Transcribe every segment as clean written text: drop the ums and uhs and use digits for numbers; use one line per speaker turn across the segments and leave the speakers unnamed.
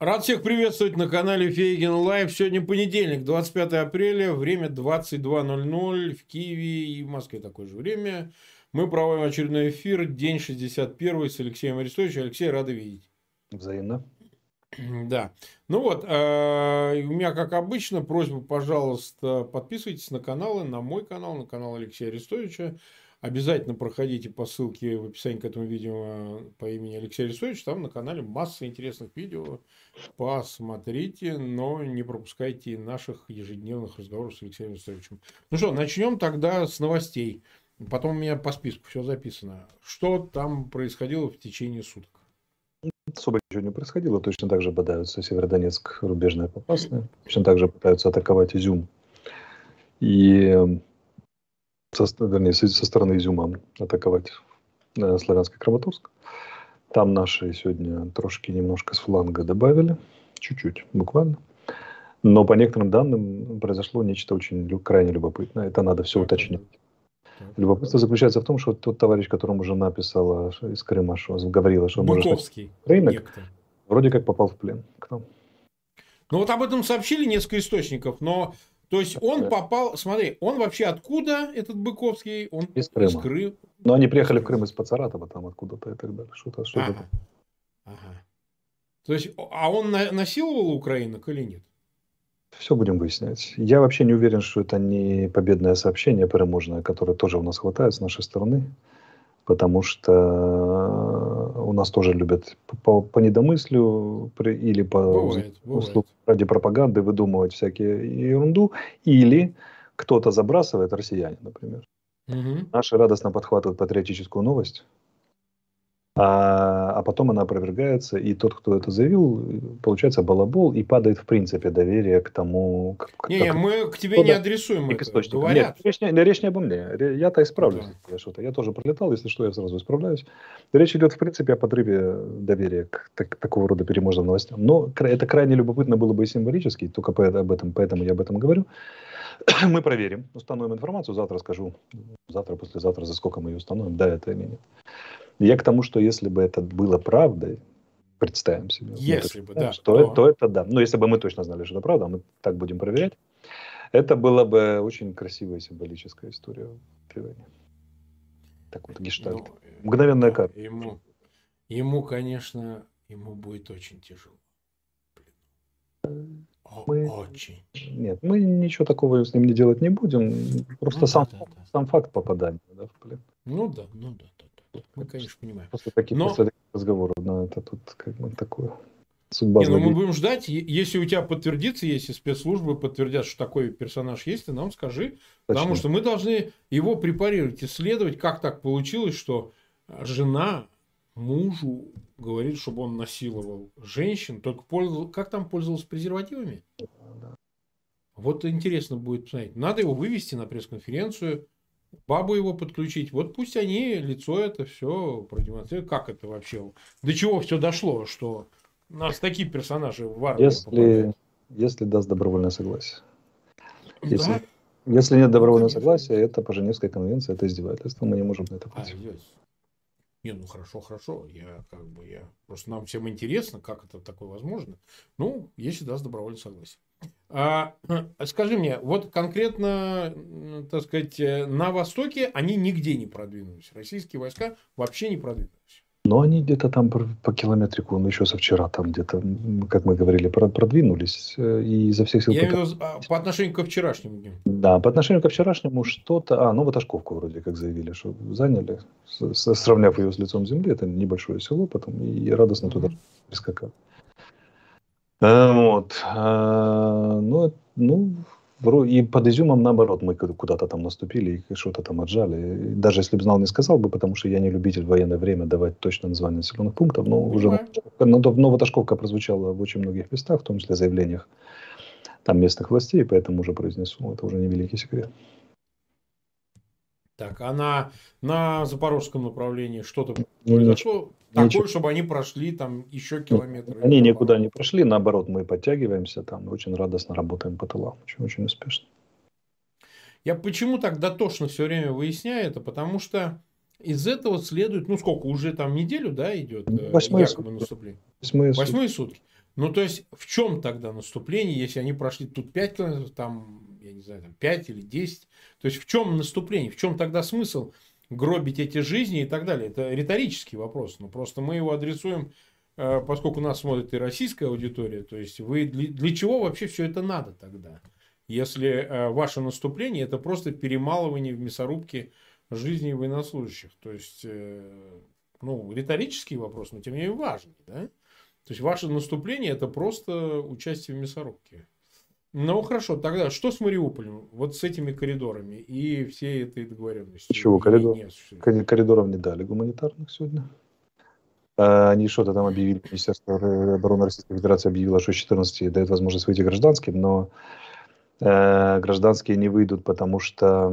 Рад всех приветствовать на канале Фейгин Лайв. Сегодня понедельник, 25 апреля, время 22:00 в Киеве и в Москве такое же время. Мы проводим очередной эфир, день 61 с Алексеем Арестовичем. Алексей, рады видеть.
Взаимно.
Да. Ну вот, у меня, как обычно, просьба, пожалуйста, подписывайтесь на каналы, на мой канал, на канал Алексея Арестовича. Обязательно проходите по ссылке в описании к этому видео по имени Алексей Арестович. Там на канале масса интересных видео. Посмотрите, но не пропускайте наших ежедневных разговоров с Алексеем Арестовичем. Ну что, начнем тогда с новостей. Потом у меня по списку все записано. Что там происходило в течение суток?
Особо ничего не происходило. Точно так же пытаются Северодонецк, рубежная Попасная. Точно так же пытаются атаковать Изюм. И со стороны Изюма атаковать Славянский Краматорск. Там наши сегодня трошки немножко с фланга добавили. Чуть-чуть, буквально. Но по некоторым данным произошло нечто очень крайне любопытное. Это надо все уточнить. Любопытство заключается в том, что тот товарищ, которому жена писала из Крыма, что говорила, что
Быковский,
может рынок, вроде как попал в плен к нам.
Ну вот об этом сообщили несколько источников, но то есть он попал, смотри, он вообще откуда, этот Быковский? Он
из Крыма. Но они приехали в Крым из-под Саратова, там откуда-то и так далее. Что-то.
Ага. То есть, а он насиловал украинок или нет?
Все будем выяснять. Я вообще не уверен, что это не победное сообщение переможное, которое тоже у нас хватает с нашей стороны. Потому что у нас тоже любят по недомыслию или по ради пропаганды выдумывать всякие ерунду. Или кто-то забрасывает, россияне, например.
Угу.
Наши радостно подхватывают патриотическую новость. А потом она опровергается, и тот, кто это заявил, получается балабол, и падает в принципе доверие к тому...
мы к тебе не адресуем это, говорят.
Нет, речь не обо мне. Я-то исправлюсь, если что-то. Я тоже пролетал, если что, я сразу исправляюсь. Речь идет в принципе о подрыве доверия к такого рода переможным новостям. Но это крайне любопытно было бы и символически, только поэтому я об этом говорю. Мы проверим, установим информацию, завтра скажу, завтра, послезавтра, за сколько мы ее установим, да, это или нет. Я к тому, что если бы это было правдой, представим себе, то это да. Но если бы мы точно знали, что это правда, мы так будем проверять, это была бы очень красивая символическая история. Так вот, гештальт. Мгновенная карта.
Ему, конечно, ему будет очень тяжело. Очень.
Нет, мы ничего такого с ним не делать не будем. Просто сам факт попадания в плен.
Ну да. Мы, конечно, понимаем.
После таких разговоров, это тут как бы такое судьба.
Мы будем ждать, если у тебя подтвердится, если спецслужбы подтвердят, что такой персонаж есть, ты нам скажи. Потому что мы должны его препарировать, исследовать, как так получилось, что жена мужу говорит, чтобы он насиловал женщин, только как там пользовался презервативами?
Да.
Вот интересно будет посмотреть. Надо его вывести на пресс-конференцию, бабу его подключить. Вот пусть они лицо это все продемонстрируют. Как это вообще? До чего все дошло, что у нас такие персонажи в армии попадают?
Если даст добровольное согласие. Если нет добровольного согласия, это по Женевской конвенции, это издевательство. Мы не можем на это пойти.
Хорошо. Просто нам всем интересно, как это такое возможно. Ну, если даст добровольное согласие. Скажи мне, вот конкретно, так сказать, на Востоке они нигде не продвинулись. Российские войска вообще не продвинулись.
Но они где-то там по километрику, еще со вчера там где-то, как мы говорили, продвинулись. И изо всех сил...
Я имею в виду по отношению ко вчерашнему дню.
Да, по отношению ко вчерашнему что-то... Новоташковку вроде как заявили, что заняли, сравняв ее с лицом земли. Это небольшое село потом, и радостно туда прискакали. И под Изюмом, наоборот, мы куда-то там наступили и что-то там отжали. Даже если бы знал, не сказал бы, потому что я не любитель в военное время давать точное название населенных пунктов. Но уже Новоташковка прозвучала в очень многих местах, в том числе в заявлениях там местных властей, поэтому уже произнесу. Это уже не великий секрет.
Так, а на запорожском направлении что-то произошло? Такое, чтобы они прошли там еще километры.
Они никуда не прошли, наоборот, мы подтягиваемся там, очень радостно работаем по тылам, очень успешно.
Я почему так дотошно все время выясняю это, потому что из этого следует, уже там неделю, да, идет якобы наступление. 8 сутки. Ну, то есть, в чем тогда наступление, если они прошли тут 5 километров, там, я не знаю, там 5 или 10? То есть, в чем наступление? В чем тогда смысл гробить эти жизни и так далее? Это риторический вопрос. Но просто мы его адресуем, поскольку нас смотрит и российская аудитория. То есть, вы для чего вообще все это надо тогда? Если ваше наступление это просто перемалывание в мясорубке жизни военнослужащих. То есть, ну, риторический вопрос, но тем не менее важный, да? То есть ваше наступление это просто участие в мясорубке. Ну хорошо, тогда что с Мариуполем? Вот с этими коридорами и всей этой договоренностью
Ничего,
или не осуществили?
коридоров не дали гуманитарных сегодня. Они что-то там объявили, Министерство обороны Российской Федерации объявило, что с 14 дает возможность выйти гражданским, но гражданские не выйдут, потому что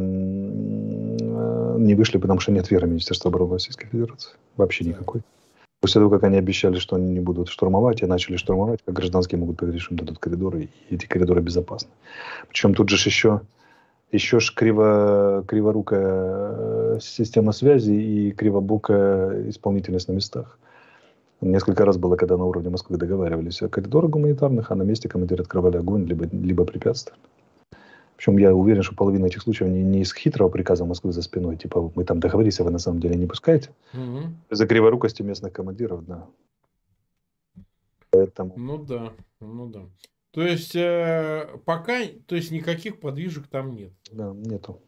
не вышли, потому что нет веры Министерства обороны Российской Федерации. Вообще
Так.
никакой. После того, как они обещали, что они не будут штурмовать, и начали штурмовать, как гражданские могут поверить, что им дадут коридоры, и эти коридоры безопасны. Причем тут же еще ж криворукая система связи и кривобокая исполнительность на местах. Несколько раз было, когда на уровне Москвы договаривались о коридорах гуманитарных, а на месте командиры открывали огонь, либо препятствовали. Причем я уверен, что половина этих случаев не из хитрого приказа Москвы за спиной, типа мы там договорились, а вы на самом деле не пускаете.
Угу.
За криворукостью местных командиров, да. Поэтому,
Ну да, ну да. То есть пока, то есть никаких подвижек там нет.
да, нету.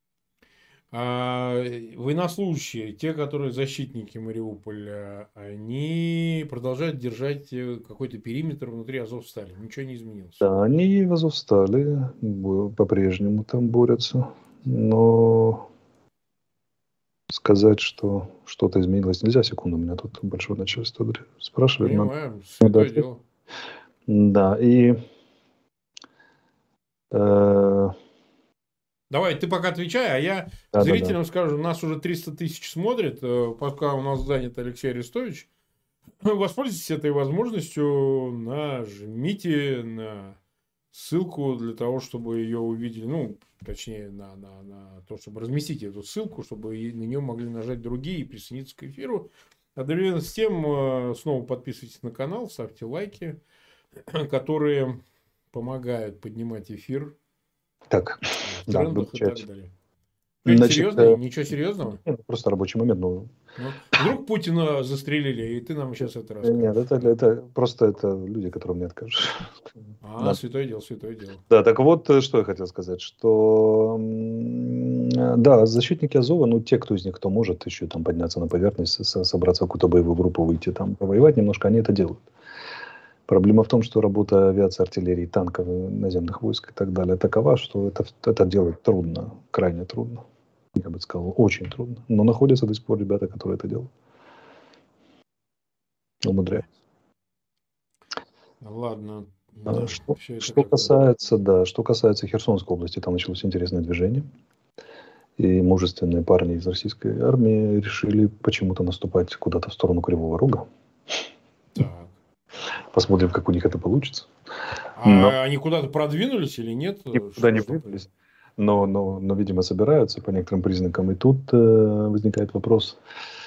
А военнослужащие, те, которые защитники Мариуполя, они продолжают держать какой-то периметр внутри Азовстали. Ничего не изменилось.
Да, они в Азовстали по-прежнему там борются, но сказать, что что-то изменилось нельзя. Секунду, меня тут большое начальство спрашивает.
Понимаю,
Надо
святое
ответить.
дело.
Да, и э,
Давай, ты пока отвечай, а я
да.
зрителям скажу, нас уже 300 тысяч смотрит, пока у нас занят Алексей Арестович. Воспользуйтесь этой возможностью, нажмите на ссылку для того, чтобы ее увидели, ну, точнее, на то, чтобы разместить эту ссылку, чтобы на нее могли нажать другие и присоединиться к эфиру. Одновременно с тем, снова подписывайтесь на канал, ставьте лайки, которые помогают поднимать эфир
так,
в
да,
трендах и так
выключать.
далее. Что-нибудь
Значит,
серьезное? Ничего серьезного?
просто рабочий момент, но
Ну, вдруг Путина застрелили, и ты нам сейчас это
нет,
расскажешь.
это просто это люди, которым не откажешь.
А, святое дело, святое дело.
Да, так вот, что я хотел сказать, что да, защитники Азова, ну, те, кто из них, кто может еще там подняться на поверхность, собраться в какую-то боевую группу, выйти там, повоевать немножко, они это делают. Проблема в том, что работа авиации, артиллерии, танков, наземных войск и так далее такова, что это делать трудно, крайне трудно. Я бы сказал, очень трудно. Но находятся до сих пор ребята, которые это делают. Умудряются.
Ладно, да, все это
Что
как-то...
касается, да, что касается Херсонской области, там началось интересное движение. И мужественные парни из российской армии решили почему-то наступать куда-то в сторону Кривого Рога.
Так.
Посмотрим, как у них это получится. Но
А они куда-то продвинулись или нет?
никуда не двинулись. Но, видимо, собираются по некоторым признакам. И тут возникает вопрос.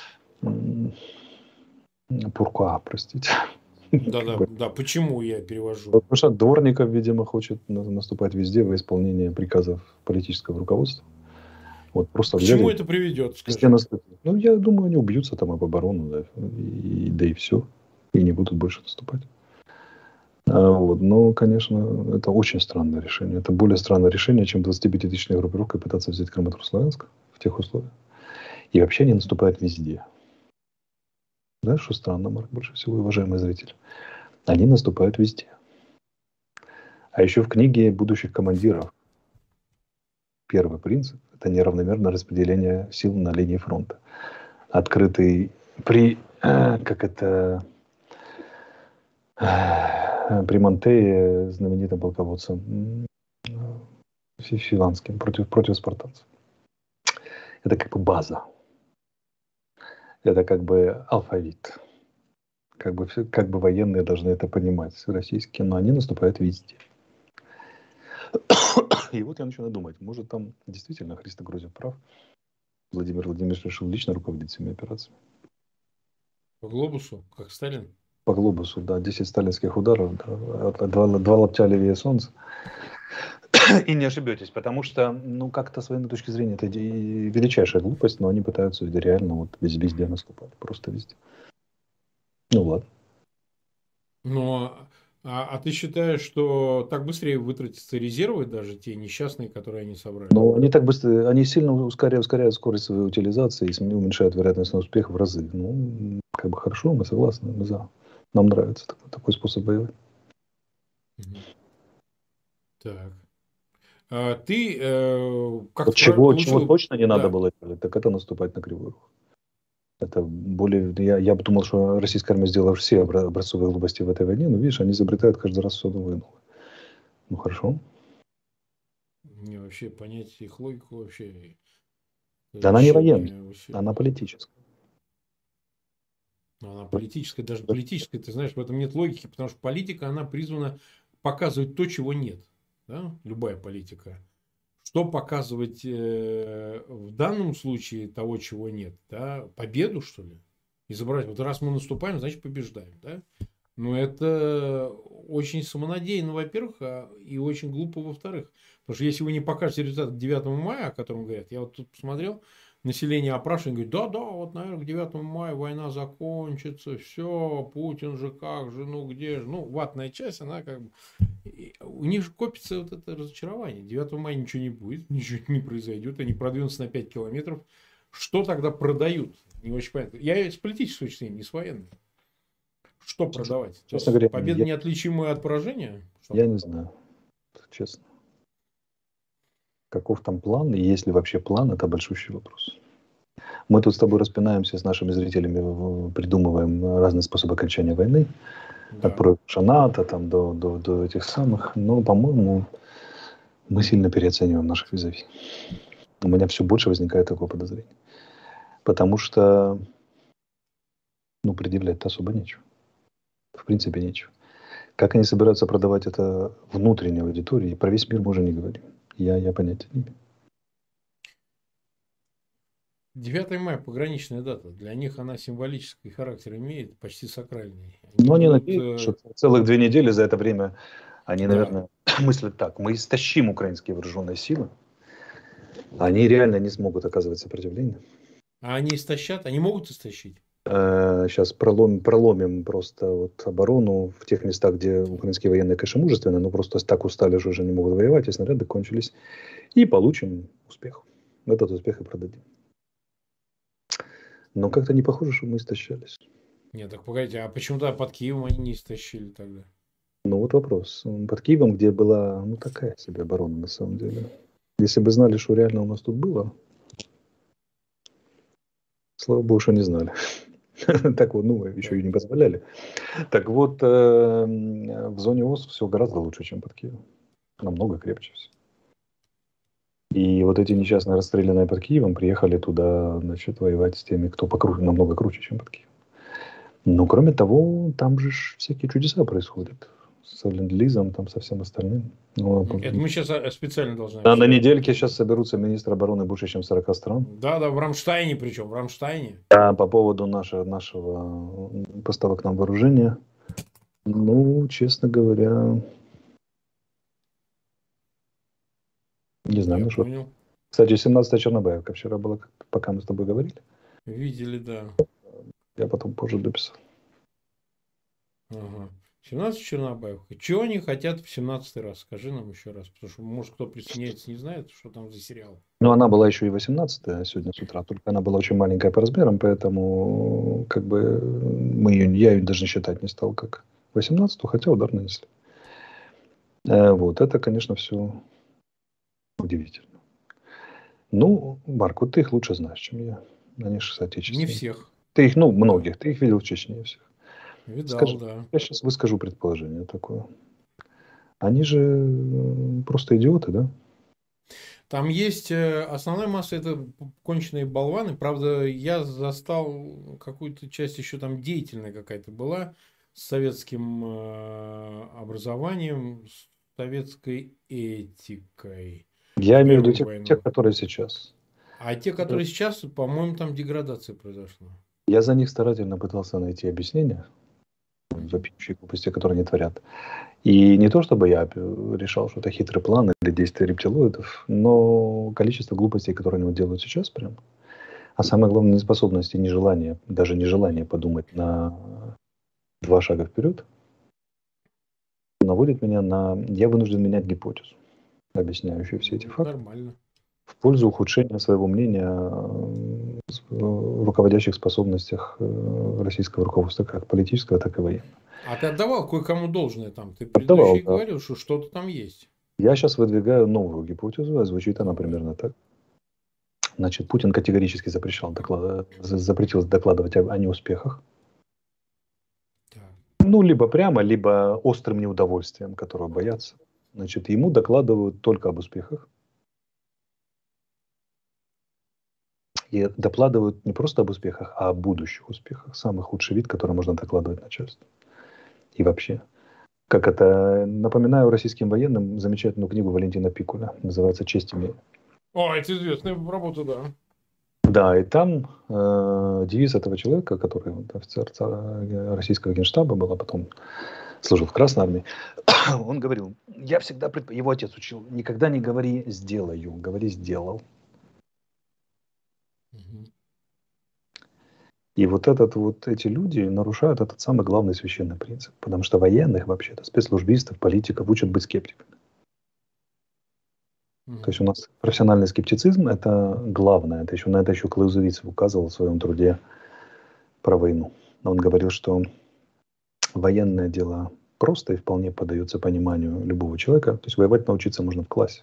Пуркуа, простите.
Да, да. Почему я перевожу?
Потому что Дворников, видимо, хочет наступать везде во исполнение приказов политического руководства. Вот просто
К чему
взяли,
это приведет,
везде
скажи?
наступили. Ну, я думаю, они убьются там об оборону, да, да и все. И не будут больше наступать. Вот. Но, конечно, это очень странное решение. Это более странное решение, чем 25-тысячной группировкой пытаться взять Краматорск-Славянск в тех условиях. И вообще они наступают везде. Знаешь, что странно, Марк, больше всего, уважаемый зритель? Они наступают везде. А еще в книге будущих командиров первый принцип – это неравномерное распределение сил на линии фронта. Открытый при Монтее знаменитым полководцем Фиванским против спартанцев. Это как бы база. Это как бы алфавит. Как бы военные должны это понимать, российские, но они наступают везде. И вот я начинаю думать, может там действительно Христо Грозев прав. Владимир Владимирович решил лично руководить всеми операциями.
По глобусу, как Сталин?
По глобусу, да, 10 сталинских ударов, да, два локтя левее солнца. И не ошибетесь, потому что, ну, как-то с военной точки зрения, это величайшая глупость, но они пытаются реально вот везде наступать, просто везде. Ну ладно.
Но, ты считаешь, что так быстрее вытратятся резервы, даже те несчастные, которые они собрали?
Но они так быстро, они сильно ускоряют скорость своей утилизации и уменьшают вероятность на успех в разы. Ну, как бы хорошо, мы согласны, мы за. Нам нравится такой способ воевать.
Мгм. Так. Ты,
Вот
как-то
чего
получил...
точно не надо
Да.
было делать, так это наступать на Кривую Рог. Это более, я бы думал, что российская армия сделала все образцовые глупости в этой войне, но видишь, они изобретают каждый раз все новое и новое. Ну хорошо.
Не, вообще понять их логику вообще
Да она не военная,
решение вообще.
она политическая.
Но она политическая, даже политическая, ты знаешь, в этом нет логики, потому что политика, она призвана показывать то, чего нет. Да? Любая политика. Что показывать в данном случае того, чего нет? Да? Победу, что ли? Изображать. Вот раз мы наступаем, значит побеждаем. Да? Но это очень самонадеянно, во-первых, и очень глупо, во-вторых. Потому что если вы не покажете результат к 9 мая, о котором говорят, я вот тут посмотрел, население опрашивает, говорит, да, вот, наверное, к 9 мая война закончится, все, Путин же как же, ну где же, ну, ватная часть, она как бы, у них же копится вот это разочарование. 9 мая ничего не будет, ничего не произойдет, они продвинутся на 5 километров. Что тогда продают? Не очень понятно. Я с политической точки зрения, не с военной. Что продавать? То
Честно
есть
говоря,
победа неотличимая от поражения? Что?
я не знаю, честно. Каков там план, и есть ли вообще план, это большущий вопрос. Мы тут с тобой распинаемся с нашими зрителями, придумываем разные способы окончания войны.
Да.
От проигрыша НАТО там, до этих самых. Но, по-моему, мы сильно переоцениваем наших визави. У меня все больше возникает такое подозрение. Потому что, ну, предъявлять-то особо нечего. В принципе, нечего. Как они собираются продавать это внутренней аудитории, про весь мир мы уже не говорим. Я понятия не имею.
9 мая пограничная дата. Для них она символический характер имеет, почти сакральный. Они
Но не
будут...
надеюсь, что целых 2 недели за это время они,
Да.
наверное, мыслят так. Мы истощим украинские вооруженные силы. Они реально не смогут оказывать сопротивление.
А они истощат? Они могут истощить?
Сейчас проломим просто вот оборону в тех местах, где украинские военные, конечно, мужественны, но просто так устали, что уже не могут воевать, и снаряды кончились. И получим успех. Этот успех и продадим. Но как-то не похоже, что мы истощались.
Нет, так погодите, а почему-то под Киевом они не истощили тогда?
Ну вот вопрос. Под Киевом, где была, ну такая себе оборона на самом деле. Если бы знали, что реально у нас тут было, слава богу, что не знали. Так вот, ну, еще и не позволяли. Так вот, в зоне ОС все гораздо лучше, чем под Киевом. Намного крепче все. И вот эти несчастные расстрелянные под Киевом приехали туда, значит, воевать с теми, кто намного круче, чем под Киевом. Но кроме того, там же всякие чудеса происходят. С Ленд-Лизом, там со всем остальным. Ну,
Это мы сейчас специально должны...
на недельке сейчас соберутся министры обороны больше, чем 40 стран.
Да, в Рамштайне причем, в Рамштайне.
А по поводу нашего поставок нам вооружения, ну, честно говоря, не знаю,
Я
ну что.
понял.
Кстати, 17-я Чернобаевка вчера была, пока мы с тобой говорили.
Видели, да.
Я потом позже дописал.
Ага. 17 Чернобаевка. Чего они хотят в 17 раз? Скажи нам еще раз. Потому что, может, кто присоединяется, не знает, что там за сериал.
Ну, она была еще и 18-я сегодня с утра, только она была очень маленькая по размерам, поэтому как бы я ее даже считать не стал как 18-ю, хотя удар нанесли. Вот, это, конечно, все удивительно. Ну, Марк, вот ты их лучше знаешь, чем я. Они же соотечественники.
Не всех.
Ты их, ну, многих. Да. Ты их видел в Чечне всех.
Видал,
Скажи,
да.
я сейчас выскажу предположение такое. Они же просто идиоты, да?
Там есть основная масса, это конченые болваны. Правда, я застал какую-то часть еще там деятельная какая-то была с советским образованием, с советской этикой.
Я имею в виду тех,
Войну.
которые сейчас.
А те, которые сейчас, по-моему, там деградация произошла.
Я за них старательно пытался найти объяснение. вопиющие глупости, которые они творят. И не то, чтобы я решал, что это хитрый план или действие рептилоидов, но количество глупостей, которые они вот делают сейчас прям, а самое главное, неспособность и нежелание, даже нежелание подумать на 2 шага вперед, наводит меня на... Я вынужден менять гипотезу, объясняющую все эти факты,
Нормально.
в пользу ухудшения своего мнения в руководящих способностях российского руководства, как политического, так и военного.
А ты отдавал кое-кому должное там? Ты
Отдавал,
предыдущий
да.
говорил, что что-то там есть.
Я сейчас выдвигаю новую гипотезу, а звучит она примерно так. Значит, Путин категорически запретил докладывать о неуспехах.
Так.
Ну, либо прямо, либо острым неудовольствием, которого боятся. Значит, ему докладывают только об успехах. И докладывают не просто об успехах, а о будущих успехах. Самый худший вид, который можно докладывать начальству. И вообще. Как это, напоминаю российским военным замечательную книгу Валентина Пикуля. Называется «Честь имею».
О, это известная работа, да.
Да, и там девиз этого человека, который офицер российского генштаба был, а потом служил в Красной армии, он говорил, я всегда, его отец учил, никогда не говори «сделаю», говори «сделал».
Угу.
И вот эти люди нарушают этот самый главный священный принцип. Потому что военных вообще-то, спецслужбистов, политиков учат быть скептиками. То есть у нас профессиональный скептицизм – это главное. На это еще Клаузевиц указывал в своем труде про войну. Он говорил, что военное дело просто и вполне поддается пониманию любого человека. То есть воевать научиться можно в классе.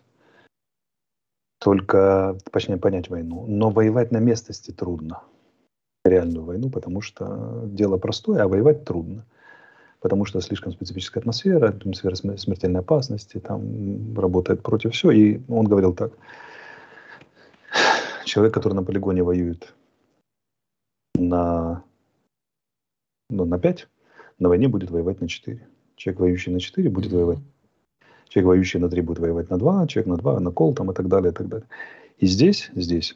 Только, точнее, понять войну. Но воевать на местности трудно. Реальную войну, потому что дело простое, а воевать трудно. Потому что слишком специфическая атмосфера смертельной опасности, там работает против всего. И он говорил так. Человек, который на полигоне воюет на 5, на войне будет воевать на 4. Человек, воюющий на 4, будет воевать. Человек, воюющий на 3, будет воевать на 2, человек на 2, на кол там, и так далее, и так далее. И здесь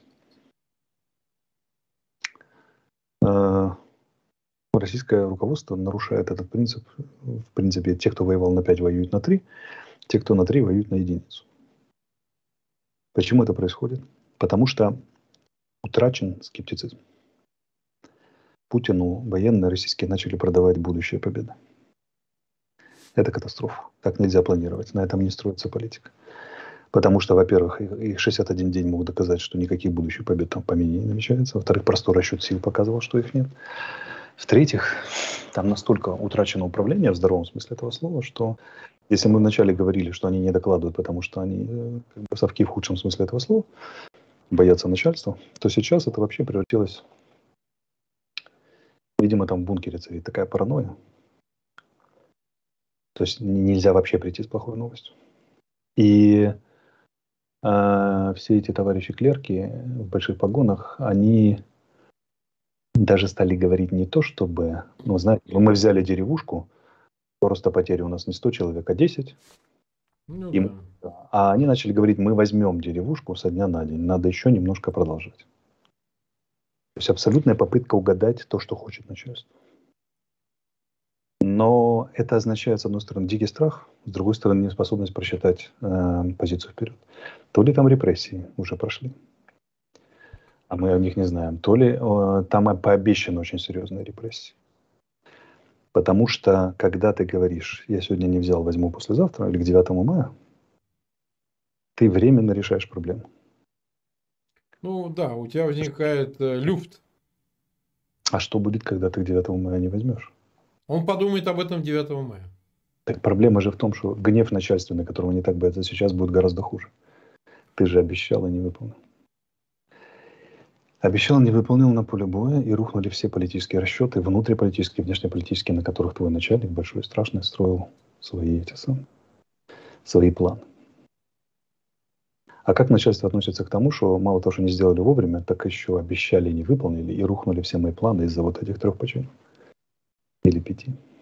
э, российское руководство нарушает этот принцип. В принципе, те, кто воевал на 5, воюют на 3, те, кто на 3, воюют на единицу. Почему это происходит? Потому что утрачен скептицизм. Путину военные российские начали продавать будущее победы. Это катастрофа. Так нельзя планировать. На этом не строится политика. Потому что, во-первых, их 61 день мог доказать, что никаких будущих побед там помене не намечается. Во-вторых, простой расчет сил показывал, что их нет. В-третьих, там настолько утрачено управление в здоровом смысле этого слова, что если мы вначале говорили, что они не докладывают, потому что они совки в худшем смысле этого слова, боятся начальства, то сейчас это вообще превратилось, видимо, там в бункере царит такая паранойя. То есть нельзя вообще прийти с плохой новостью. И все эти товарищи-клерки в больших погонах, они даже стали говорить не то, чтобы, знаете, мы взяли деревушку, просто потери у нас не 100 человек, а 10.
Ну
И,
да.
а они начали говорить, мы возьмем деревушку со дня на день, надо еще немножко продолжать. То есть абсолютная попытка угадать то, что хочет начальство. Но это означает, с одной стороны, дикий страх, с другой стороны, неспособность просчитать позицию вперед. То ли там репрессии уже прошли, а мы о них не знаем, то ли там пообещаны очень серьезные репрессии. Потому что, когда ты говоришь, я сегодня не взял, возьму послезавтра или к 9 мая, ты временно решаешь проблему.
Ну да, у тебя возникает люфт.
А что будет, когда ты к 9 мая не возьмешь?
Он подумает об этом 9 мая.
Так проблема же в том, что гнев начальственный, которого не так боятся сейчас, будет гораздо хуже. Ты же обещал и не выполнил. Обещал, не выполнил на поле боя, и рухнули все политические расчеты, внутриполитические, внешнеполитические, на которых твой начальник, большой и страшный, строил свои планы. А как начальство относится к тому, что мало того, что не сделали вовремя, так еще обещали и не выполнили, и рухнули все мои планы из-за вот этих 3 починок? Или 5?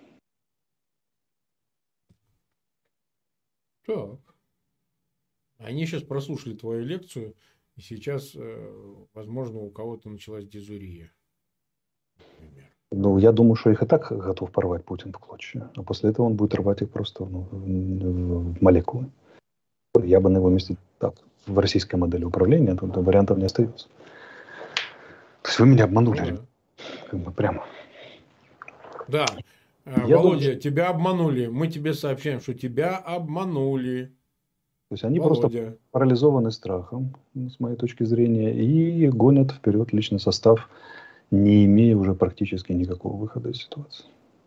Так. Они сейчас прослушали твою лекцию, и сейчас, возможно, у кого-то началась дизурия. Например.
Ну, я думаю, что их и так готов порвать Путин в клочья. А после этого он будет рвать их просто в молекулы. Я бы на его месте так, в российской модели управления тут вариантов не остается. То есть вы меня обманули,
Ну
ребят,
да.
как бы прямо.
Да.
Я думаю, что
Володя, тебя обманули. Мы тебе сообщаем, что тебя обманули.
то есть они просто
Володя.
парализованы страхом, с моей точки зрения, и гонят вперед личный состав, не имея уже практически никакого выхода из ситуации.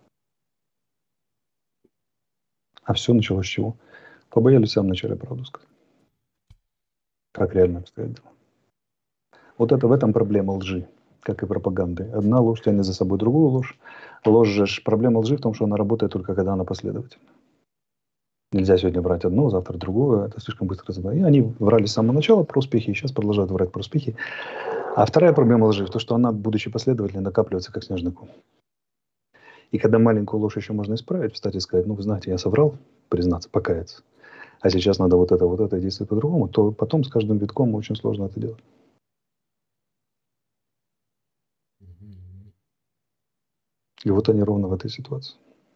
А все началось с чего? Побоялись в самом начале правду сказать. Как реально обстоят дела. Вот это в этом проблема лжи, как и пропаганды. Одна ложь тянет за собой другую ложь. Проблема лжи в том, что она работает только когда она последовательна. Нельзя сегодня брать одно, завтра другое. Это слишком быстро забывать. И они врали с самого начала про успехи, и сейчас продолжают врать про успехи. А вторая проблема лжи в том, что она, будучи последовательной, накапливается как снежный ком. И когда маленькую ложь еще можно исправить, встать и сказать, ну, вы знаете, я соврал, признаться, покаяться. А сейчас надо вот это, и действовать по-другому, то потом с каждым витком очень сложно это делать. И вот они ровно в этой ситуации.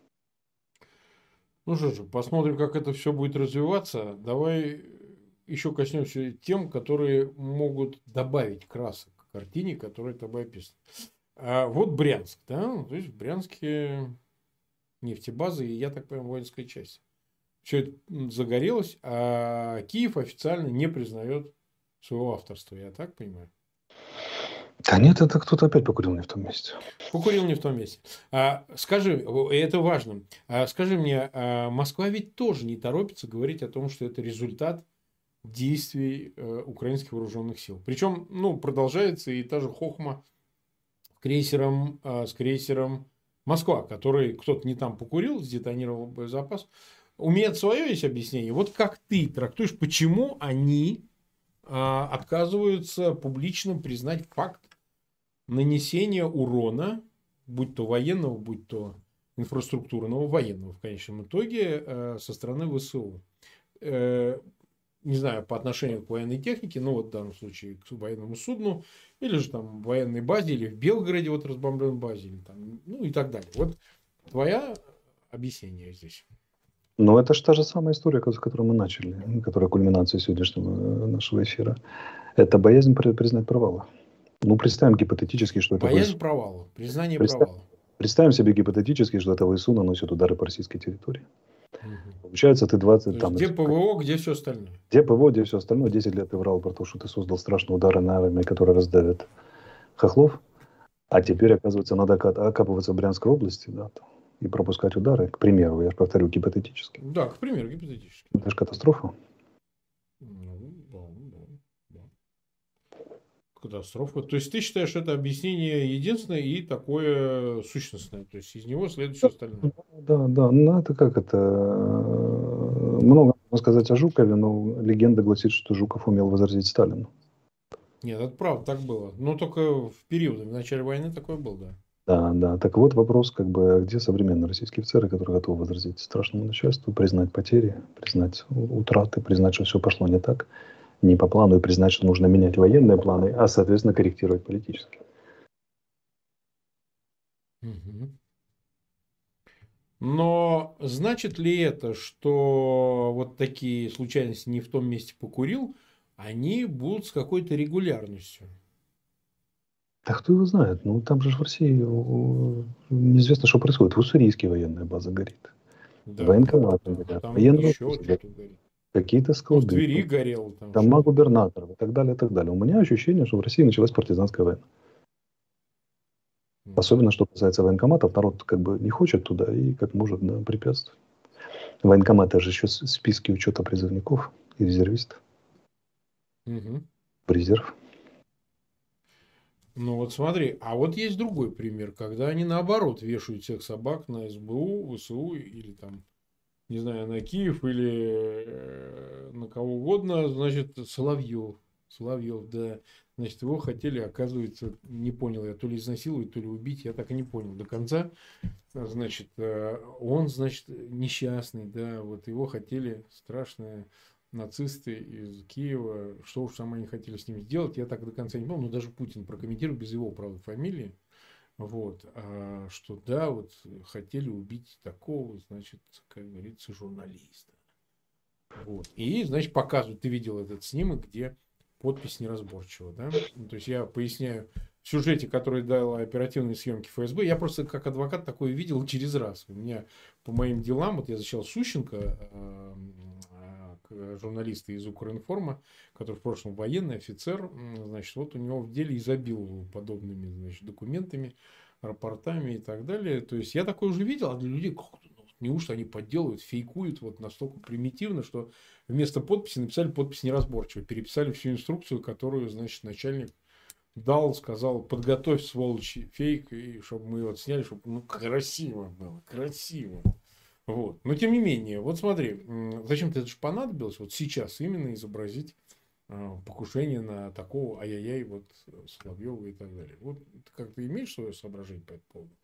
Ну что же, посмотрим, как это все будет развиваться. Давай еще коснемся тем, которые могут добавить красок к картине, которая тобой описана. Вот Брянск, да, то есть в Брянске нефтебаза и, я так понимаю, воинская часть. Все это загорелось, а Киев официально не признает своего авторства, я так понимаю.
Да нет, это кто-то опять покурил не в том месте.
Покурил не в том месте. Скажи, это важно. Скажи мне, Москва ведь тоже не торопится говорить о том, что это результат действий украинских вооруженных сил. Причем, ну, продолжается и та же хохма с крейсером Москва, который кто-то не там покурил, сдетонировал боезапас. У меня свое есть объяснение. Вот как ты трактуешь, почему они отказываются публично признать факт нанесения урона, будь то военного, будь то инфраструктурного, военного в конечном итоге, со стороны ВСУ. Не знаю, по отношению к военной технике, ну вот в данном случае к военному судну, или же там в военной базе, или в Белгороде вот разбомбленной базе, или там, ну и так далее. Вот твоя объяснение здесь.
Но это же та же самая история, с которой мы начали, которая кульминация сегодняшнего нашего эфира. Это боязнь признать провалы. Ну, представим гипотетически, что это
Боязнь
ВСУ.
провала, признание
Представь-
провала.
Представим себе гипотетически, что это ВСУ наносит удары по российской территории.
Мгм.
Получается, ты 20,
То есть,
там,
где ПВО, где все остальное.
где ПВО, где все остальное, 10 лет ты врал про то, что ты создал страшные удары на армии, которые раздавят хохлов, а теперь, оказывается, надо окапываться в Брянской области, да, и пропускать удары, к примеру, я же повторю, гипотетически.
Да, к примеру, гипотетически.
Это же катастрофа.
Ну, да, да, да. Катастрофа. То есть ты считаешь, что это объяснение единственное и такое сущностное. То есть из него следует все остальное.
Да, да, ну это как это... Много можно сказать о Жукове, но легенда гласит, что Жуков умел возразить Сталину.
Нет, это правда, так было. Но только в период, в начале войны такое было, да.
Да, да. Так вот вопрос, как бы, где современные российские офицеры, которые готовы возразить страшному начальству, признать потери, признать утраты, признать, что все пошло не так, не по плану, и признать, что нужно менять военные планы, а, соответственно, корректировать политически.
Мгм. Но значит ли это, что вот такие случайности не в том месте покурил, они будут с какой-то регулярностью?
Да кто его знает? Ну, там же в России неизвестно, что происходит. В Уссурийске военная база горит.
Да,
Военкоматы
да.
горят.
Там
Военные
еще
обозы горят.
что-то говорит.
Какие-то
Ну, в
склады.
Твери горело там
Дома
что-то.
губернаторов и так далее, и так далее. У меня ощущение, что в России началась партизанская война.
Мгм.
Особенно, что касается военкоматов, народ как бы не хочет туда и как может, да, препятствует. Военкоматы же еще списки учета призывников и резервистов
Мгм.
в резерв.
Ну вот смотри, а вот есть другой пример, когда они наоборот вешают всех собак на СБУ, ВСУ или там, не знаю, на Киев или на кого угодно, значит, Соловьев. Соловьев, да. Значит, его хотели, оказывается, не понял я, то ли изнасиловать, то ли убить, я так и не понял до конца. Значит, он, значит, несчастный, да, вот его хотели страшные нацисты из Киева, что уж там они хотели с ним сделать, я так до конца не помню, но даже Путин прокомментировал без его, правда, фамилии, Вот, что да, вот хотели убить такого, значит, как говорится, журналиста. Вот. И, значит, показывают, ты видел этот снимок, где подпись неразборчива, да? Ну, то есть я поясняю, в сюжете, который дал оперативные съемки ФСБ, я просто как адвокат такое видел через раз. У меня по моим делам, вот я защищал Сущенко, журналиста из Укринформа, который в прошлом военный офицер, значит, вот у него в деле изобиловал подобными, значит, документами, рапортами и так далее. То есть я такое уже видел, а для людей неужто они подделывают, фейкуют вот настолько примитивно, что вместо подписи написали подпись неразборчиво, переписали всю инструкцию, которую, значит, начальник дал, сказал, подготовь, сволочи, фейк, и чтобы мы его сняли, чтобы ну, красиво было, красиво. Вот. Но тем не менее, вот смотри, зачем-то это же понадобилось вот сейчас именно изобразить покушение на такого ай-яй-яй, вот Соловьева и так далее. Вот ты как-то имеешь свое соображение по этому поводу?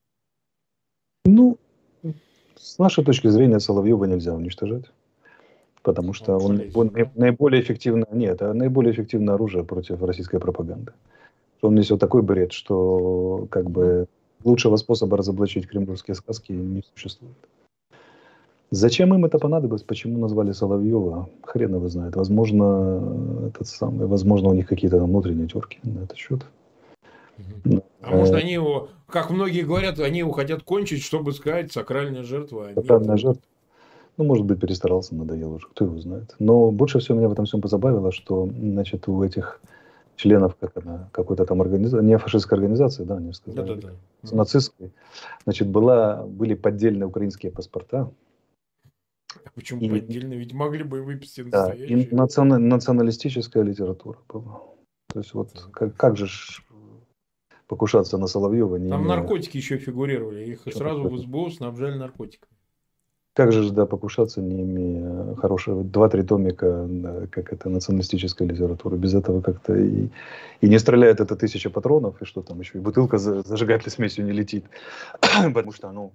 Ну, с нашей точки зрения Соловьева нельзя уничтожать, потому что
Он полезен, да?
наиболее эффективное, нет, наиболее эффективное оружие против российской пропаганды. Он несет такой бред, что как бы лучшего способа разоблачить кремлевские сказки не существует. Зачем им это понадобилось? Почему назвали Соловьева? Хрен его знает. Возможно, у них какие-то там внутренние терки на этот счет.
А может, они его, как многие говорят, они его хотят кончить, чтобы сказать, сакральная жертва.
Тотальная жертва. Ну, может быть, перестарался, надоел уже, кто его знает. Но больше всего меня в этом всем позабавило, что, значит, у этих членов какой-то там организации, не фашистской организации, да, они сказали,
Да.
нацистской, значит, были поддельные украинские паспорта.
Почему поддельно? Ведь могли бы выписать
Да, и
настоящие.
националистическая литература была. То есть вот как же покушаться на Соловьева, не
Там
имея...
наркотики еще фигурировали. Их сразу в СБУ снабжали наркотиками.
Как же, да, покушаться, не имея хорошего 2-3 томика, да, как это, националистическая литература. Без этого как-то и не стреляет это 1000 патронов, и что там еще, и бутылка зажигательной смесью не летит. Потому что, ну,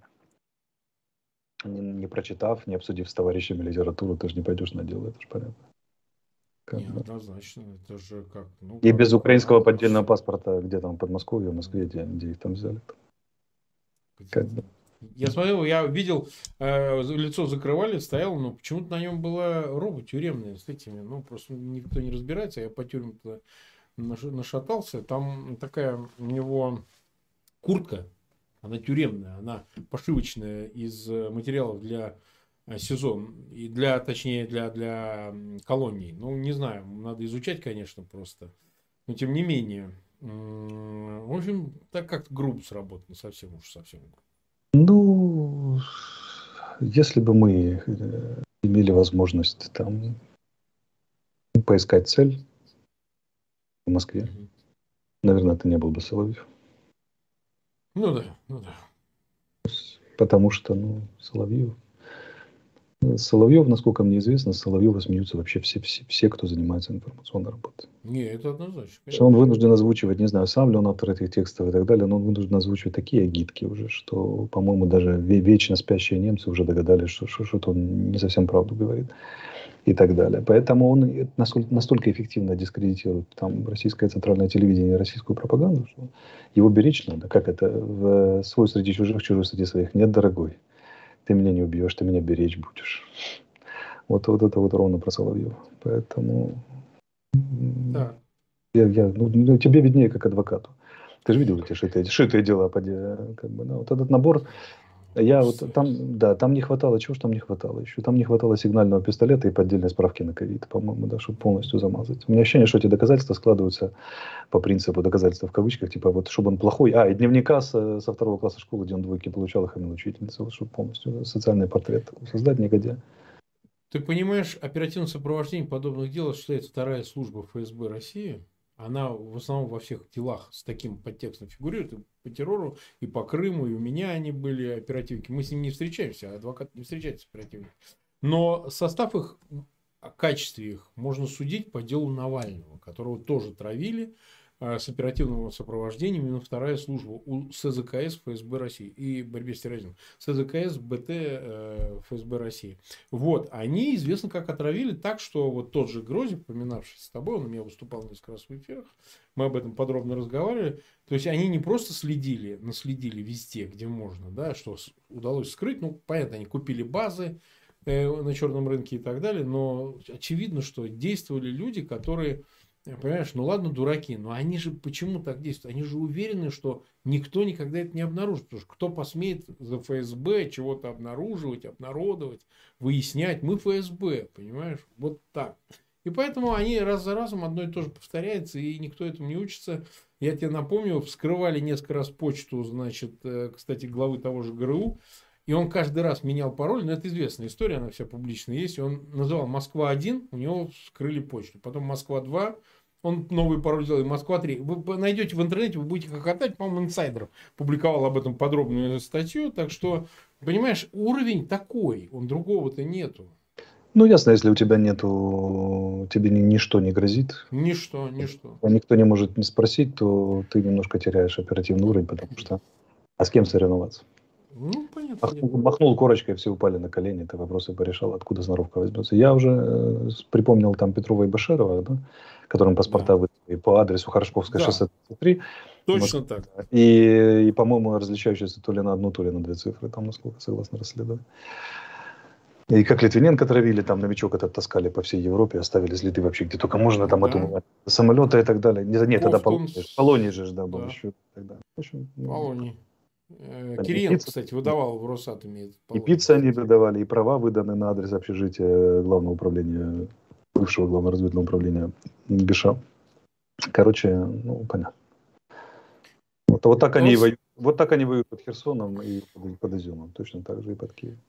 не прочитав, не обсудив с товарищами литературу, ты же не пойдешь на дело, это же понятно.
Не, однозначно. Это же как... Ну,
И
как
без украинского
надо
поддельного
все.
паспорта, где там, в Подмосковье, в Москве, где их там взяли. Как бы.
Я смотрел, я видел, лицо закрывали, стоял, но почему-то на нем была роба тюремная с этими, ну, просто никто не разбирается, я по тюрьмам-то нашатался, там такая у него куртка, она тюремная, она пошивочная из материалов для сезон, и точнее, для колоний. Ну, не знаю, надо изучать, конечно, просто, но тем не менее. В общем, так как грубо сработано, совсем уж совсем.
Ну, если бы мы имели возможность там поискать цель в Москве, наверное, это не был бы Соловьев.
Ну да, ну да.
Потому что, ну, Соловьев, насколько мне известно, с Соловьева смеются вообще все, кто занимается информационной работой.
Не, это однозначно.
Что он вынужден озвучивать, не знаю, сам ли он автор этих текстов и так далее, но он вынужден озвучивать такие агитки уже, что, по-моему, даже вечно спящие немцы уже догадались, что он не совсем правду говорит и так далее. Поэтому он настолько эффективно дискредитирует там российское центральное телевидение и российскую пропаганду, что его беречь надо. Как это? В свой среди чужих, чужой среди своих. Нет, дорогой, ты меня не убьешь, ты меня беречь будешь. Вот это вот ровно про Соловьева. Поэтому...
Да.
Ну, тебе виднее, как адвокату. Ты же видел эти шитые дела, как бы, да, вот этот набор. Там не хватало, чего ж там не хватало еще? Там не хватало сигнального пистолета и поддельной справки на ковид, по-моему, да, чтобы полностью замазать. У меня ощущение, что эти доказательства складываются по принципу доказательства в кавычках, типа вот, чтобы он плохой, и дневника со 2 класса школы, где он двойки получал, их имел учительница, вот, чтобы полностью социальный портрет создать негодяя.
Ты понимаешь, оперативное сопровождение подобных дел осуществляет вторая служба ФСБ России. Она в основном во всех делах с таким подтекстом фигурирует. И по террору, и по Крыму, и у меня они были оперативники. Мы с ними не встречаемся, а адвокат не встречается с оперативниками. Но состав их, о качестве их можно судить по делу Навального, которого тоже травили, с оперативного сопровождения именно вторая служба у СЗКС ФСБ России и борьбе с терроризмом. СЗКС БТ ФСБ России. Вот, они известно как отравили так, что вот тот же Грозев, поминавшийся с тобой, он у меня выступал несколько раз в эфирах, мы об этом подробно разговаривали. То есть они не просто наследили везде, где можно, да, что удалось скрыть. Ну, понятно, они купили базы на черном рынке и так далее, но очевидно, что действовали люди, которые, понимаешь, ну ладно, дураки, но они же почему так действуют? Они же уверены, что никто никогда это не обнаружит. Потому что кто посмеет за ФСБ чего-то обнаруживать, обнародовать, выяснять? Мы ФСБ, понимаешь? Вот так. И поэтому они раз за разом одно и то же повторяется, и никто этому не учится. Я тебе напомню, вскрывали несколько раз почту, значит, кстати, главы того же ГРУ, и он каждый раз менял пароль, но это известная история, она вся публичная есть. И он называл Москва-1, у него вскрыли почту. Потом Москва-2, он новый пароль сделал, и Москва-3. Вы найдете в интернете, вы будете хохотать, по-моему, инсайдер публиковал об этом подробную статью. Так что, понимаешь, уровень такой, он другого-то нету.
Ну, ясно, если у тебя нету, тебе ничто не грозит,
Ничто.
никто не может не спросить, то ты немножко теряешь оперативный уровень, потому что... А с кем соревноваться?
Ну, понятно.
Махнул корочкой, все упали на колени, ты вопросы порешал, откуда сноровка возьмется. Я уже припомнил там Петрова и Баширова, да, которым паспорта выдали по адресу Хорошковское шоссе 33.
Точно так.
И, по-моему, различающиеся то ли на одну, то ли на две цифры, там, насколько согласно расследованию. И как Литвиненко травили, там новичок этот таскали по всей Европе, оставили следы вообще где только можно, там от самолета и так далее. Нет, тогда Полоний же, да, был еще тогда. В общем,
Полоний. Кириенко, кстати, выдавал в Росатоме.
И пиццы они выдавали, и права выданы на адрес общежития главного управления, бывшего главного разведного управления ГШ. Короче, ну, понятно. Вот так они воюют под Херсоном и под Изюмом. Точно так же и под Киевом.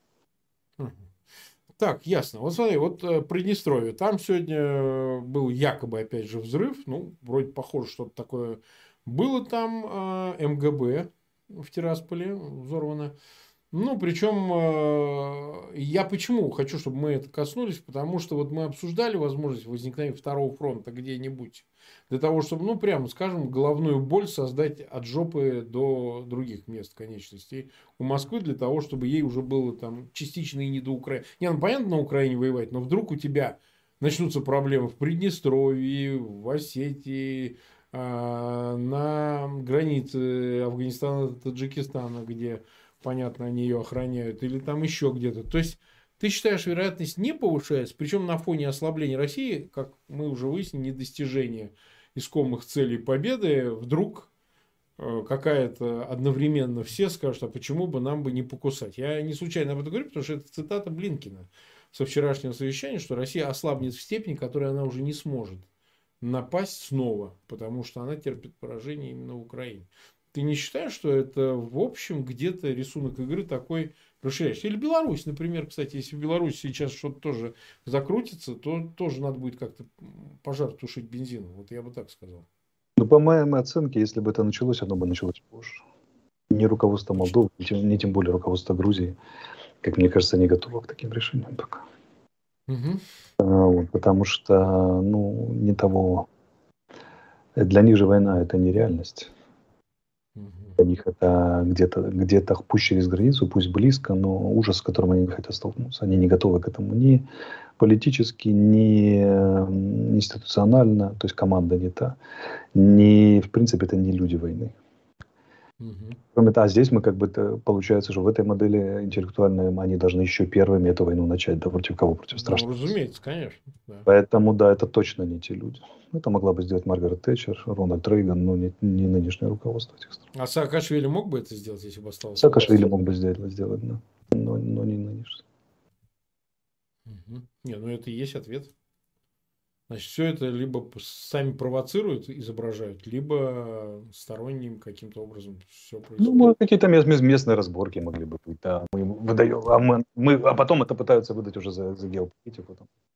Так, ясно. Вот смотри, вот Приднестровье. Там сегодня был якобы, опять же, взрыв. Ну, вроде похоже, что-то такое было там. МГБ в Тирасполе взорвано. Ну, причем, я почему хочу, чтобы мы это коснулись, потому что вот мы обсуждали возможность возникновения второго фронта где-нибудь, для того, чтобы, ну, прямо скажем, головную боль создать от жопы до других мест конечностей у Москвы, для того, чтобы ей уже было там частично и не до Украины. Не, ну, понятно, на Украине воевать, но вдруг у тебя начнутся проблемы в Приднестровье, в Осетии, на границе Афганистана-Таджикистана, где, понятно, они ее охраняют, или там еще где-то. То есть, ты считаешь, вероятность не повышается, причем на фоне ослабления России, как мы уже выяснили, недостижения искомых целей победы, вдруг какая-то одновременно все скажут, а почему бы нам бы не покусать. Я не случайно об этом говорю, потому что это цитата Блинкина со вчерашнего совещания, что Россия ослабнет в степени, которой она уже не сможет напасть снова, потому что она терпит поражение именно в Украине. Ты не считаешь, что это, в общем, где-то рисунок игры такой расширяющийся? Или Беларусь, например, кстати, если в Беларуси сейчас что-то тоже закрутится, то тоже надо будет как-то пожар тушить бензином. Вот я бы так сказал.
Ну, по моей оценке, если бы это началось, оно бы началось позже. Ни руководство Молдовы, ни тем более руководство Грузии, как мне кажется, не готово к таким решениям пока. Потому что, ну, не того. Для них же война это не реальность. Для них это где-то пусть через границу, пусть близко, но ужас, с которым они не хотят столкнуться. Они не готовы к этому ни политически, ни институционально, то есть команда не та, ни, в принципе, это не люди войны. Кроме того, здесь мы как бы получается, что в этой модели интеллектуальной они должны еще первыми эту войну начать, да, против кого? Против страшного.
Ну, разумеется, конечно. Да.
Поэтому, да, это точно не те люди. Это могла бы сделать Маргарет Тэтчер, Рональд Рейган, но не нынешнее руководство этих стран.
А Саакашвили мог бы это сделать, если бы остался?
Саакашвили мог бы сделать, да. Но не нынешний.
Не, ну это и есть ответ. Значит, все это либо сами провоцируют, изображают, либо сторонним каким-то образом все происходит.
Ну, какие-то местные разборки могли бы быть, да. Мы выдаем, а потом это пытаются выдать уже за геополитику.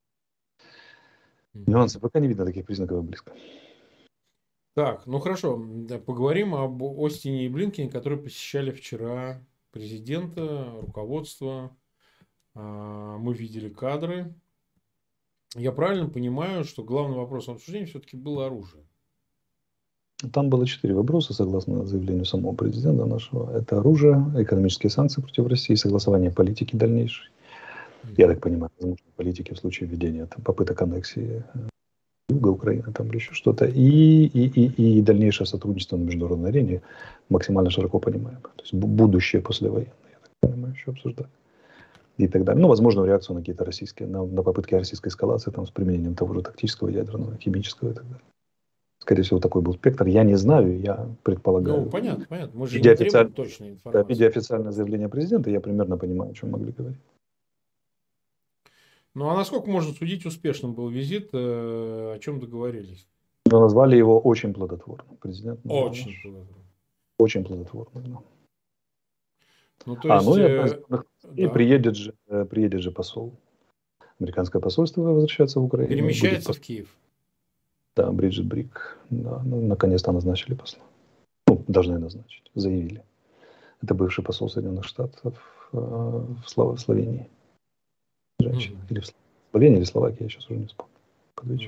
Нюансы. Пока не видно таких признаков близко.
Так, ну хорошо. Поговорим об Остине и Блинкене, которые посещали вчера президента, руководство. Мы видели кадры. Я правильно понимаю, что главным вопросом обсуждения все-таки было оружие?
Там было 4 вопроса, согласно заявлению самого президента нашего. Это оружие, экономические санкции против России, согласование политики дальнейшей. Я так понимаю, возможно, политики в случае введения там, попыток аннексии юга Украины там, или еще что-то. И дальнейшее сотрудничество на международной арене максимально широко понимаемо. То есть будущее послевоенное, я так понимаю, еще обсуждать. И так далее. Ну, возможно, реакцию на какие-то российские, на попытки российской эскалации там, с применением того же тактического, ядерного, химического и так далее. Скорее всего, такой был спектр. Я не знаю, я предполагаю.
Ну, понятно, понятно. Мы же
Видя
не требуем точной информации.
видя официальное заявление президента, я примерно понимаю, о чем могли говорить.
Ну, а насколько можно судить, успешным был визит, о чем договорились?
Но назвали его очень плодотворным. Президент
Очень плодотворным.
очень плодотворным. Да.
Ну, то есть,
ну и одна из главных, и
да.
приедет же посол. Американское посольство возвращается в Украину.
Перемещается в Киев.
Да, Бриджит Брик. Да, наконец-то назначили посла. Ну, должны назначить, заявили. Это бывший посол Соединенных Штатов в Словении. Женщина. Или в Словении, или Словакии, я сейчас уже не вспомню. Под вечер.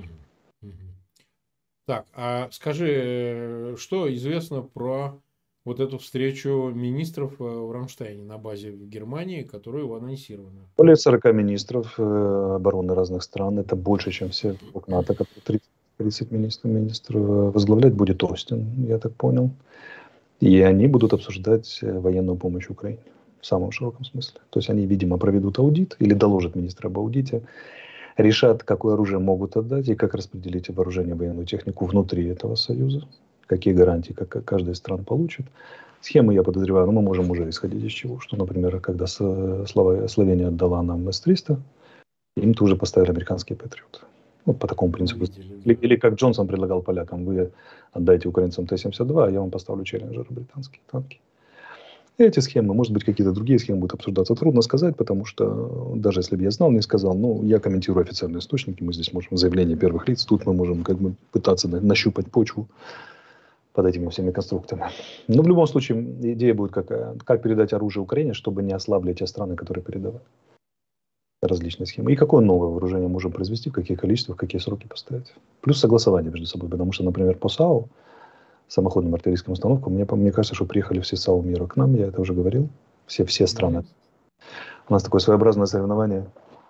Так, а скажи, что известно про вот эту встречу министров в Рамштайне на базе в Германии, которую анонсирована?
Более 40 министров обороны разных стран. Это больше, чем все в НАТО, которые 30 министров. Возглавлять будет Остин, я так понял. И они будут обсуждать военную помощь Украине в самом широком смысле. То есть они, видимо, проведут аудит или доложат министра об аудите, решат, какое оружие могут отдать и как распределить вооружение и военную технику внутри этого союза, какие гарантии каждая из стран получит. Схемы, я подозреваю, но мы можем уже исходить из чего, что, например, когда Словения отдала нам С-300, им тоже поставили американские патриоты. Вот по такому принципу. Или как Джонсон предлагал полякам, вы отдайте украинцам Т-72, а я вам поставлю челленджеры британские танки. Эти схемы, может быть, какие-то другие схемы будут обсуждаться. Трудно сказать, потому что даже если бы я знал, не сказал, ну, я комментирую официальные источники, мы здесь можем заявление первых лиц, тут мы можем как бы пытаться нащупать почву под этими всеми конструктами. Но в любом случае идея будет какая? Как передать оружие Украине, чтобы не ослабли те страны, которые передавали различные схемы. И какое новое вооружение можем произвести, в каких количествах, какие сроки поставить. Плюс согласование между собой, потому что, например, по САУ, самоходным артиллерийским установкам, мне кажется, что приехали все САУ мира к нам, я это уже говорил, все страны. У нас такое своеобразное соревнование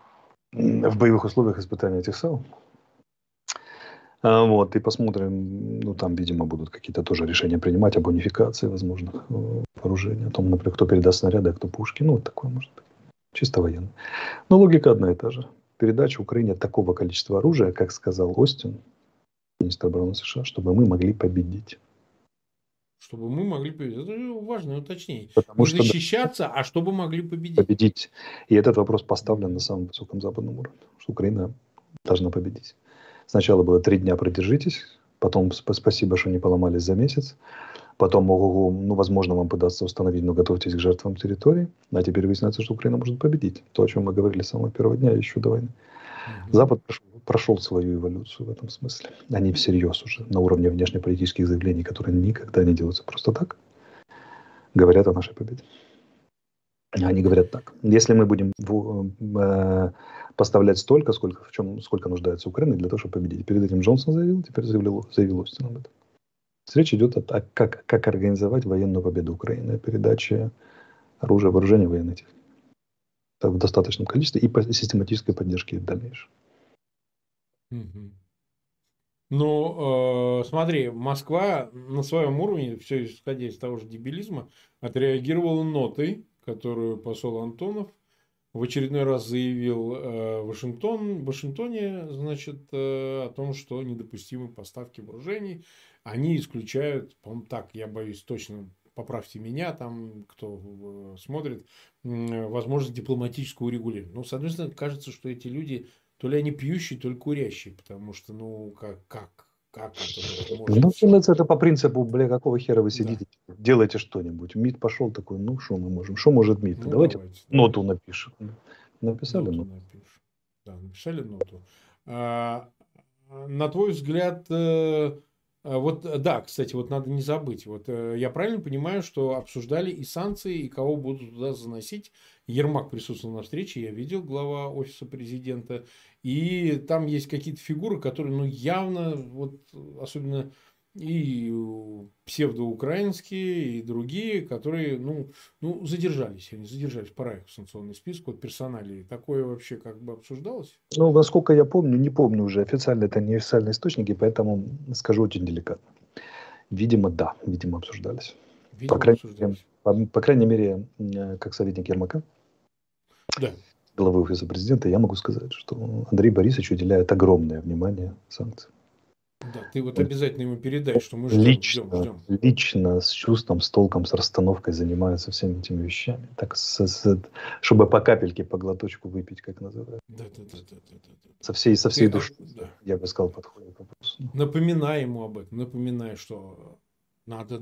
в боевых условиях испытания этих САУ. Вот, и посмотрим, ну, там, видимо, будут какие-то тоже решения принимать об унификации возможных вооружений, о том, например, кто передаст снаряды, а кто пушки, ну, вот такое может быть, чисто военно. Но логика одна и та же. Передача Украине такого количества оружия, как сказал Остин, министр обороны США, чтобы мы могли победить.
Чтобы мы могли победить. Это важное уточнение.
Потому
не
что
защищаться, а чтобы могли победить.
Победить. И этот вопрос поставлен на самом высоком западном уровне, что Украина должна победить. Сначала было 3 дня продержитесь, потом спасибо, что не поломались за месяц, потом, ну, возможно, вам удастся установить, но готовьтесь к жертвам территории, а теперь выясняется, что Украина может победить. То, о чем мы говорили с самого первого дня, еще до войны. Запад прошел свою эволюцию в этом смысле. Они всерьез уже на уровне внешнеполитических заявлений, которые никогда не делаются просто так, говорят о нашей победе. Они говорят так: если мы будем поставлять столько, сколько нуждается Украина для того, чтобы победить. Перед этим Джонсон заявил, теперь заявил Остин об этом. Речь идет о том, как организовать военную победу Украины, о передаче оружия, вооружения, военной техники в достаточном количестве и по систематической поддержке в дальнейшем.
Ну, смотри, Москва на своем уровне, все исходя из того же дебилизма, отреагировала нотой, которую посол Антонов в очередной раз заявил в Вашингтоне, значит, о том, что недопустимы поставки вооружений. Они исключают, по-моему, так, я боюсь точно, поправьте меня, там, кто смотрит, возможность дипломатического урегулирования. Ну, соответственно, кажется, что эти люди, то ли они пьющие, то ли курящие, потому что, ну, как это может...
Ну, это по принципу, бля, какого хера вы сидите, делайте что-нибудь. МИД пошел такой, ну, что мы можем, что может МИД?
Ну,
давайте ноту напишем. Написали ноту.
Да, написали ноту. На твой взгляд, вот, да, кстати, вот надо не забыть. Вот я правильно понимаю, что обсуждали и санкции, и кого будут туда заносить. Ермак присутствовал на встрече, я видел, глава офиса президента. И там есть какие-то фигуры, которые, ну, явно, вот, особенно и псевдоукраинские, и другие, которые, задержались. Они задержались, пора их в санкционный список, вот персоналии. Такое вообще как бы обсуждалось?
Ну, насколько я помню, не помню уже, официально это не официальные источники, поэтому скажу очень деликатно. Видимо, да, видимо, обсуждались.
Видимо, обсуждались.
По крайней мере, как советник Ермака,
Да.
главы офиса президента, я могу сказать, что Андрей Борисович уделяет огромное внимание санкциям.
Да, ты вот обязательно ему передай, что мы ждем.
Лично, с чувством, с толком, с расстановкой занимаются всеми этими вещами. Так, чтобы по капельке, по глоточку выпить, как называют.
Да.
Со всей душой, да. Я бы сказал, подходит к вопросу.
Напоминай ему об этом, напоминай, что надо.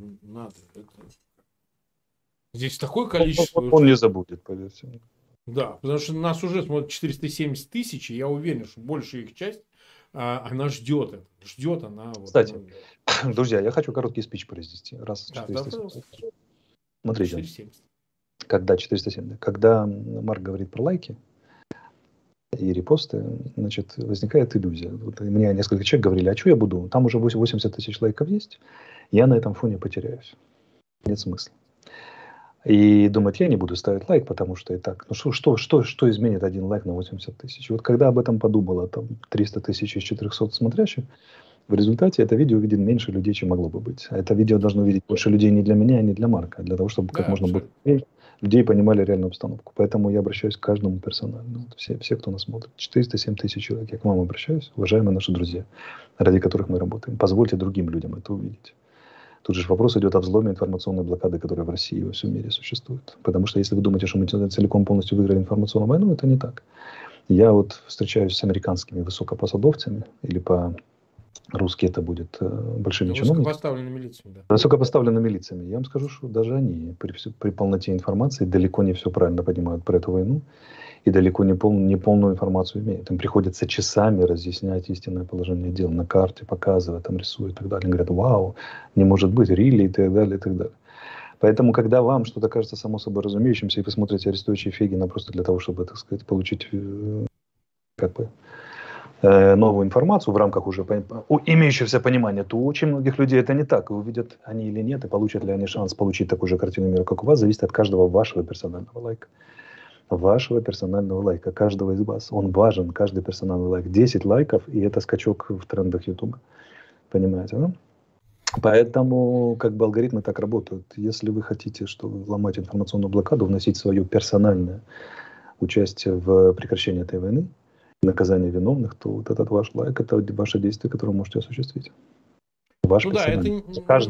Здесь такое количество...
Он не забудет, поверьте.
Да, потому что нас уже смотрят 470 тысяч, и я уверен, что большая их часть, она ждет это. Ждет она...
Кстати, друзья, я хочу короткий спич произнести. Раз
470.
Смотрите,
470.
Когда 470, когда Марк говорит про лайки и репосты, значит, возникает иллюзия. Вот мне несколько человек говорили, а что я буду? Там уже 80 тысяч лайков есть, я на этом фоне потеряюсь. Нет смысла. И думают, я не буду ставить лайк, потому что и так. Ну что изменит один лайк на 80 тысяч? Вот когда об этом подумало там 300 тысяч из 400 смотрящих, в результате это видео увидит меньше людей, чем могло бы быть. А это видео должно увидеть больше людей не для меня, а не для Марка, а для того, чтобы как можно больше людей понимали реальную обстановку. Поэтому я обращаюсь к каждому персонально. Все, кто нас смотрит. 407 тысяч человек. Я к вам обращаюсь, уважаемые наши друзья, ради которых мы работаем. Позвольте другим людям это увидеть. Тут же вопрос идет о взломе информационной блокады, которая в России и во всем мире существует. Потому что если вы думаете, что мы целиком полностью выиграли информационную войну, это не так. Я вот встречаюсь с американскими высокопосадовцами, или по-русски это будет большими чиновниками.
Высокопоставленными лицами, да.
Высокопоставленными лицами. Я вам скажу, что даже они при полноте информации далеко не все правильно понимают про эту войну. И далеко не полную информацию имеют. Им приходится часами разъяснять истинное положение дел. На карте показывать, там рисуют и так далее. Они говорят, вау, не может быть, рили и так далее, и так далее. Поэтому, когда вам что-то кажется само собой разумеющимся, и вы смотрите Арестовича и Фегина просто для того, чтобы, так сказать, получить новую информацию в рамках уже имеющегося понимания, то у очень многих людей это не так. И увидят они или нет, и получат ли они шанс получить такую же картину мира, как у вас, зависит от каждого вашего персонального лайка. Вашего персонального лайка, каждого из вас. Он важен, каждый персональный лайк. 10 лайков, и это скачок в трендах Ютуба. Понимаете, да? Поэтому как бы алгоритмы так работают. Если вы хотите, чтобы ломать информационную блокаду, вносить свое персональное участие в прекращении этой войны, наказание виновных, то вот этот ваш лайк, это ваше действие, которое вы можете осуществить. Ваш персональный.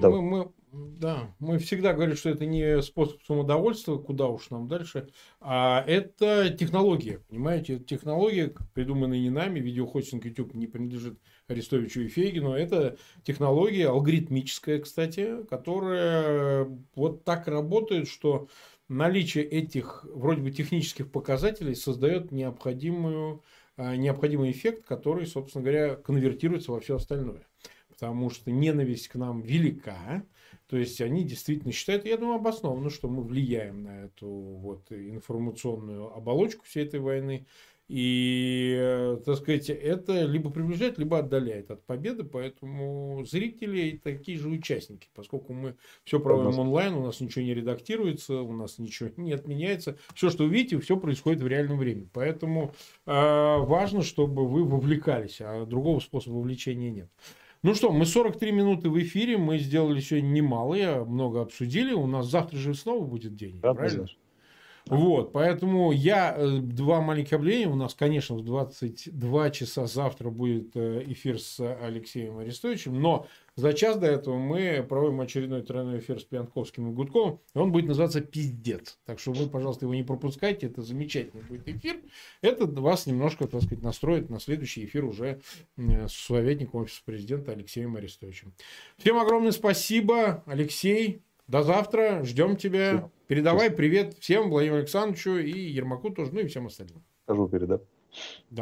Мы всегда говорим, что это не способ самодовольства, куда уж нам дальше, а это технология, понимаете, это технология, придуманная не нами, видеохостинг YouTube не принадлежит Арестовичу и Фегину, это технология алгоритмическая, кстати, которая вот так работает, что наличие этих вроде бы технических показателей создает необходимый эффект, который, собственно говоря, конвертируется во все остальное. Потому что ненависть к нам велика. То есть они действительно считают, я думаю, обоснованно, что мы влияем на эту вот информационную оболочку всей этой войны. И, так сказать, это либо приближает, либо отдаляет от победы. Поэтому зрители такие же участники. Поскольку мы все проводим онлайн, у нас ничего не редактируется, у нас ничего не отменяется. Все, что вы видите, все происходит в реальном времени. Поэтому важно, чтобы вы вовлекались, а другого способа вовлечения нет. Ну что, мы 43 минуты в эфире, мы сделали сегодня немало, много обсудили. У нас завтра же снова будет день, да, правильно? Вот, поэтому два маленьких объявления. У нас, конечно, в 22 часа завтра будет эфир с Алексеем Арестовичем, но за час до этого мы проводим очередной тройной эфир с Пьянковским и Гудковым. И он будет называться «Пиздец». Так что вы, пожалуйста, его не пропускайте. Это замечательный будет эфир. Это вас немножко, так сказать, настроит на следующий эфир уже с советником офиса президента Алексеем Арестовичем. Всем огромное спасибо, Алексей. До завтра. Ждем тебя. Передавай привет всем, Владимиру Александровичу и Ермаку тоже, ну и всем остальным.
Скажу, передам.
Да.